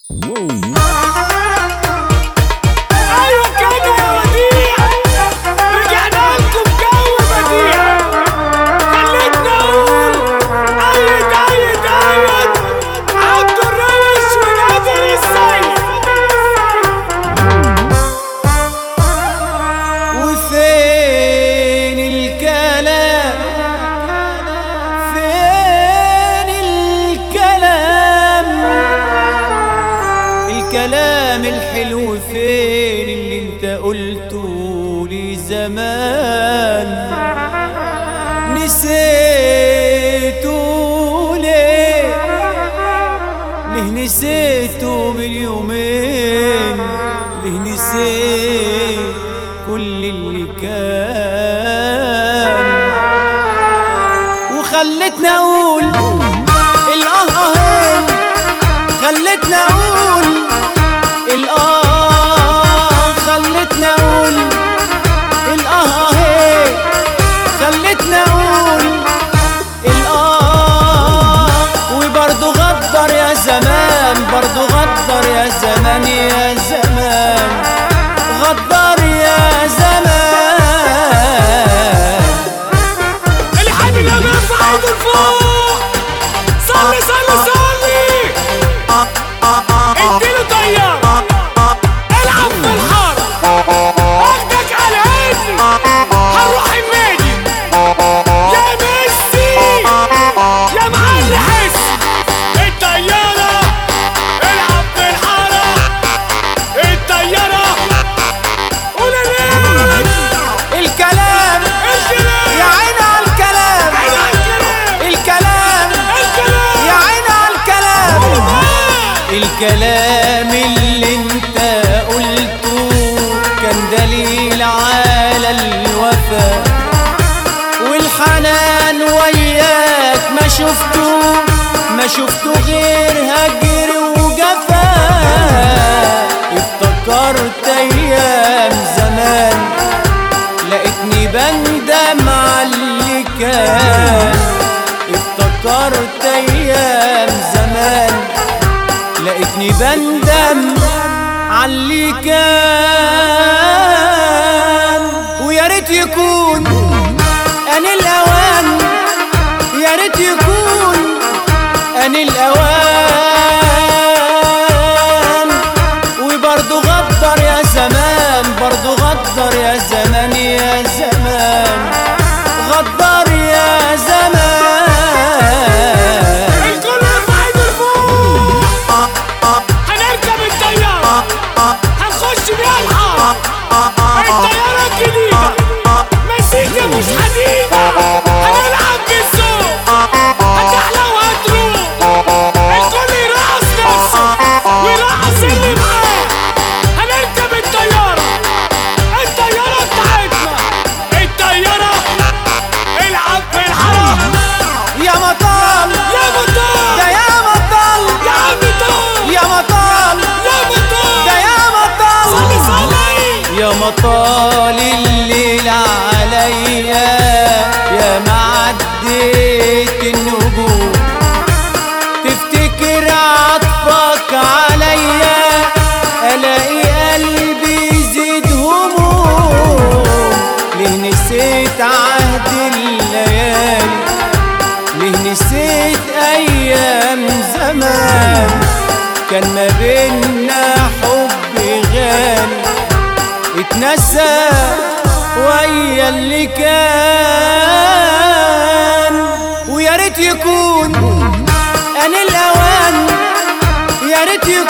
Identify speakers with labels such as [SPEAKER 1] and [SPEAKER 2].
[SPEAKER 1] ايوه كده يا وديع، رجعنا لكم جو بديع. خليتنا اقول ايد عبد الروش ونادر السيد.
[SPEAKER 2] وفين الكلام، فين الكلام الحلو، فين اللي انت قلته لي زمان؟ نسيته ليه نسيته من يومين؟ ليه نسيت كل اللي كان وخلتنا اقول الآهين، خلتنا اقول خلتنا اقول الآهين، خلتنا اقول وبرضه غدر يا زمان، برضه غدر يا زمان، يا زمان غدر يا زمان.
[SPEAKER 1] اللي حابب يرفع ايده لفوق، صلي صلي صلي، اديله طيار، العب في الحاره، اخدك على عيني، هنروح النادي يا ميسي يا معلم حس. الطياره العب في الحاره، الطياره قول
[SPEAKER 2] الكلام يا عين على الكلام، الكلام يا عين على الكلام، الكلام اللي انت قلته كان دليل على الوفاء والحنان وياك، ما شفته غير هجر وجفاء. افتكرت ايام زمان، لقيتني بندم على اللي كان. افتكرت ايام زمان، لقيتني بندم على اللي كان. ويا ريت يكون ان الاوان، يا ريت يكون ان الاوان. وبرضه غدر يا زمان، برضه غدر يا زمان، يا زمان غدر يا زمان.
[SPEAKER 1] الكل يرفع ايده لفوق، هنركب الطياره، هنخش بيها الحاره، الطياره الجديده مزيكا مش حديده، هنلعب بالذوق، هتحلى وهتروق. الكل يرقص نفسه ويرقص اللي معاه. هنركب الطياره بتاعتنا، الطياره العب في الحاره.
[SPEAKER 2] يا مطال
[SPEAKER 1] يا مطال
[SPEAKER 2] ده يا مطال،
[SPEAKER 1] يا عم طال،
[SPEAKER 2] يا مطال
[SPEAKER 1] يا مطال
[SPEAKER 2] ده يا مطال،
[SPEAKER 1] صلي صلي.
[SPEAKER 2] يا مطال الليل عليا، يا معديت النجوم. تفتكر عطفك عليا، الاقي قلبي يزيد هموم. ليه نسيت عهد الليالي، ليه نسيت ايام زمان؟ كان ما بينا حب غالي، اتنسى ويا اللي كان. ويا ريت يكون ان الاوان، يا ريت يكون